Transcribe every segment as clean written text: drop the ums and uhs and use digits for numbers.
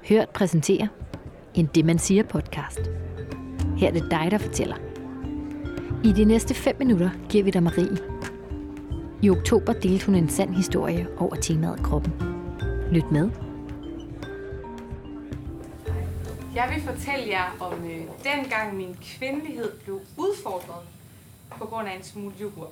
Hørt præsenterer en Det Man Siger podcast. Her er det dig, der fortæller. I de næste 5 minutter giver vi dig Marie. I oktober delte hun en sand historie over temaet kroppen. Lyt med. Jeg vil fortælle jer om dengang min kvindelighed blev udfordret på grund af en smule yoghurt.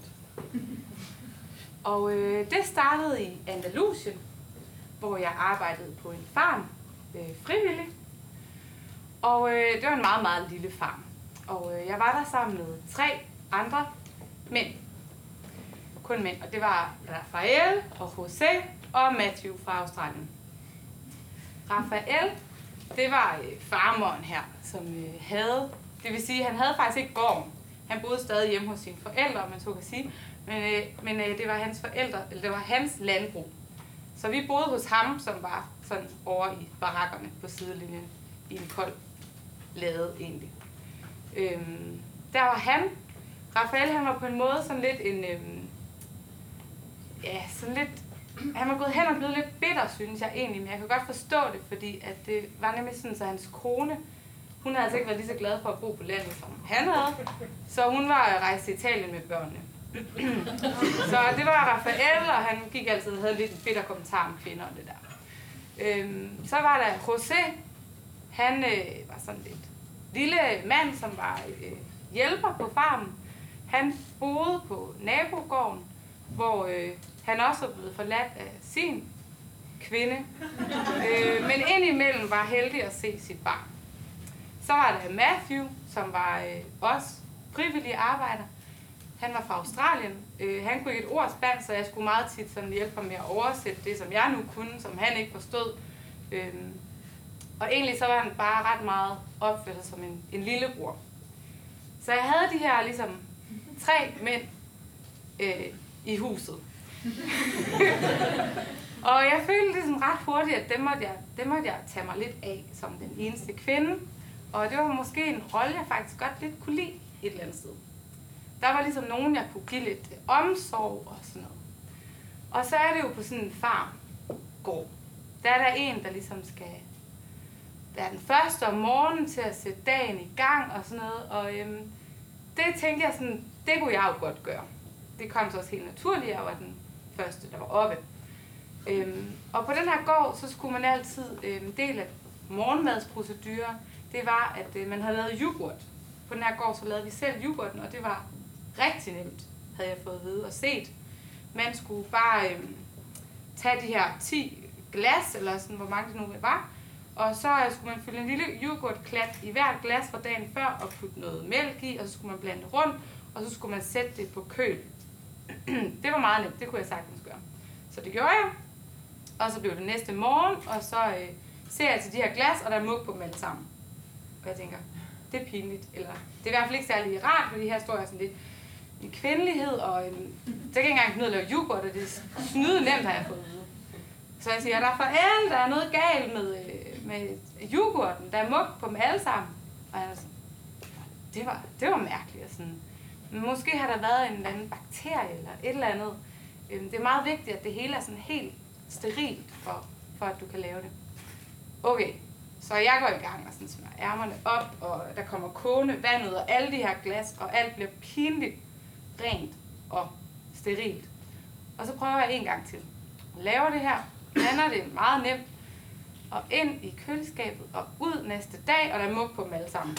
Og det startede i Andalusien, hvor jeg arbejdede på en farm frivillig. Og det var en meget, meget lille farm. Og jeg var der sammen med 3 andre mænd. Kun mænd. Og det var Rafael og José og Matthew fra Australien. Rafael, det var farmeren her, som havde, det vil sige, han havde faktisk ikke gården. Han boede stadig hjemme hos sine forældre, om man så kan sige. Men det var hans forældre, eller det var hans landbrug. Så vi boede hos ham, som var sådan over i barakkerne på sidelinjen i en kold lade egentlig. Der var han. Rafael, han var på en måde sådan lidt en, han var gået hen og blevet lidt bitter, synes jeg egentlig, men jeg kan godt forstå det, fordi at det var nemlig sådan, så hans kone, hun havde altså ikke været lige så glad for at bo på landet, som han havde, så hun var rejst til Italien med børnene. Så det var Rafael, og han gik altid og havde lidt en bitter kommentar om kvinder og det der. Så var der José. Han var sådan lidt lille mand, som var hjælper på farmen. Han boede på nabogården, hvor han også var blevet forladt af sin kvinde. Men indimellem var heldig at se sit barn. Så var der Matthew, som var også frivillig arbejder. Han var fra Australien. Han kunne ikke et ord spansk, så jeg skulle meget tit sådan hjælpe ham med at oversætte det, som jeg nu kunne, som han ikke forstod. Og egentlig så var han bare ret meget opfattet som en lillebror. Så jeg havde de her ligesom 3 mænd i huset. Og jeg følte ligesom ret hurtigt, at dem måtte jeg tage mig lidt af som den eneste kvinde. Og det var måske en rolle, jeg faktisk godt lidt kunne lide et eller andet sted. Der var ligesom nogen, jeg kunne give lidt omsorg og sådan noget. Og så er det jo på sådan en farmgård. Der er der en, der ligesom skal være den første om morgenen til at sætte dagen i gang og sådan noget. Og det tænkte jeg sådan, det kunne jeg jo godt gøre. Det kom så også helt naturligt, jeg var den første, der var oppe. Og på den her gård, så skulle man altid, en del af morgenmadsproceduren, det var, at man havde lavet yoghurt. På den her gård, så lavede vi selv yoghurten, og det var rigtig nemt, havde jeg fået at vide og set. Man skulle bare tage de her 10 glas, eller sådan, hvor mange det nu var, og så skulle man fylde en lille yoghurtklat i hvert glas fra dagen før, og putte noget mælk i, og så skulle man blande det rundt, og så skulle man sætte det på køl. Det var meget nemt, det kunne jeg sagtens gøre. Så det gjorde jeg, og så blev det næste morgen, og så ser jeg til de her glas, og der er mug på dem alle sammen. Og jeg tænker, det er pinligt, eller det er i hvert fald ikke særlig rart, fordi her står jeg sådan lidt i kvindelighed, og det kan ikke engang finde ud af at lave yoghurt, og det er snyde nemt, har jeg fået at vide. Så jeg siger, der er forældre, der er noget galt med yoghurten, der er mug på dem alle sammen. Og jeg er sådan, det var mærkeligt. Sådan. Måske har der været en eller anden bakterie, eller et eller andet. Det er meget vigtigt, at det hele er sådan helt sterilt, for at du kan lave det. Okay. Så jeg går i gang og sådan smører ærmerne op, og der kommer kogende vand ud, og alle de her glas, og alt bliver pinligt rent og sterilt. Og så prøver jeg en gang til. Laver det her, lander det meget nemt, og ind i køleskabet, og ud næste dag, og der er mug på dem alle sammen.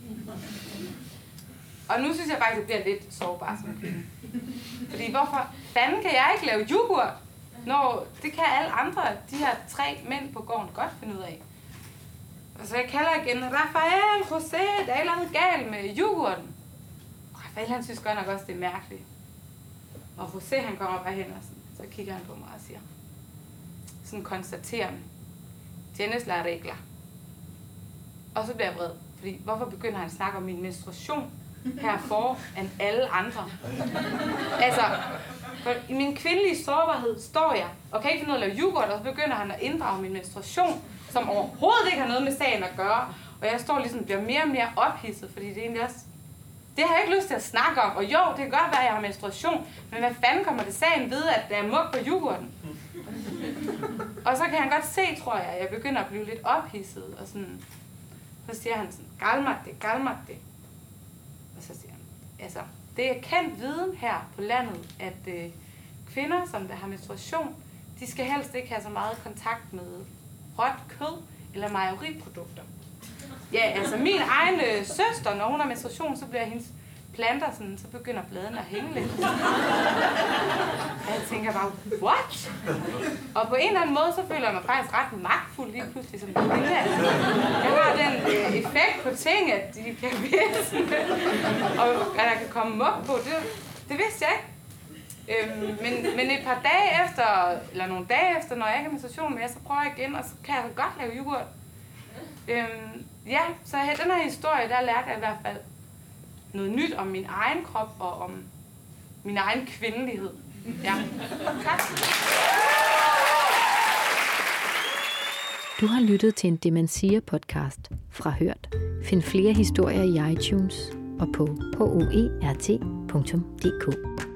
Og nu synes jeg faktisk, at det bliver lidt sårbar som kvinde. Fordi hvorfor fanden kan jeg ikke lave yoghurt, når det kan alle andre, de her 3 mænd på gården, godt finde ud af. Og så jeg kalder igen, Rafael, José, der er et eller andet galt med yoghurten. Rafael, han synes godt nok også, det er mærkeligt. Og José, han kommer bare hen og så kigger han på mig og siger, sådan konstaterende, tienes la regla. Og så bliver jeg vred, fordi hvorfor begynder han at snakke om min menstruation her foran alle andre? Altså, for i min kvindelige sårbarhed står jeg, og kan ikke finde noget at lave yoghurt, og så begynder han at inddrage min menstruation, som overhovedet ikke har noget med sagen at gøre. Og jeg står ligesom og bliver mere og mere ophidset, fordi det er egentlig også, det har jeg ikke lyst til at snakke om. Og jo, det kan godt være, at jeg har menstruation, men hvad fanden kommer det sagen ved, at der er mug på yoghurten? Og så kan han godt se, tror jeg, at jeg begynder at blive lidt ophidset, og sådan, så siger han sådan, calmate. Og så siger han, altså, det er kendt viden her på landet, at kvinder, som der har menstruation, de skal helst ikke have så meget kontakt med råt kød eller mejeriprodukter. Ja, altså min egen søster, når hun har menstruation, så bliver hendes planter sådan, så begynder bladene at hænge lidt. Og jeg tænker bare, what? Og på en eller anden måde, så føler jeg mig faktisk ret magtfuld lige pludselig som kvinde. Jeg har den effekt på ting, at de kan virke, og at der kan komme mug på. Det vidste jeg ikke. Men et par dage efter, eller nogle dage efter, når jeg ikke har menstruation mere, så prøver jeg igen, og så kan jeg godt lave yoghurt. Ja, så den her historie, der lærte jeg i hvert fald noget nyt om min egen krop og om min egen kvindelighed. Ja, tak. Du har lyttet til en Demensia-podcast fra Hørt. Find flere historier i iTunes og på hoert.dk.